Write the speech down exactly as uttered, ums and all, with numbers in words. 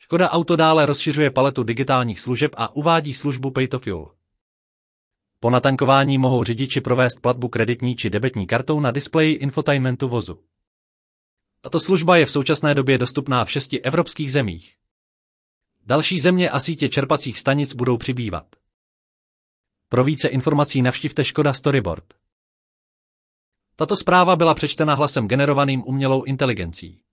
Škoda Auto dále rozšiřuje paletu digitálních služeb a uvádí službu Pay to Fuel. Po natankování mohou řidiči provést platbu kreditní či debetní kartou na displeji infotainmentu vozu. Tato služba je v současné době dostupná v šesti evropských zemích. Další země a sítě čerpacích stanic budou přibývat. Pro více informací navštivte Škoda Storyboard. Tato zpráva byla přečtena hlasem generovaným umělou inteligencí.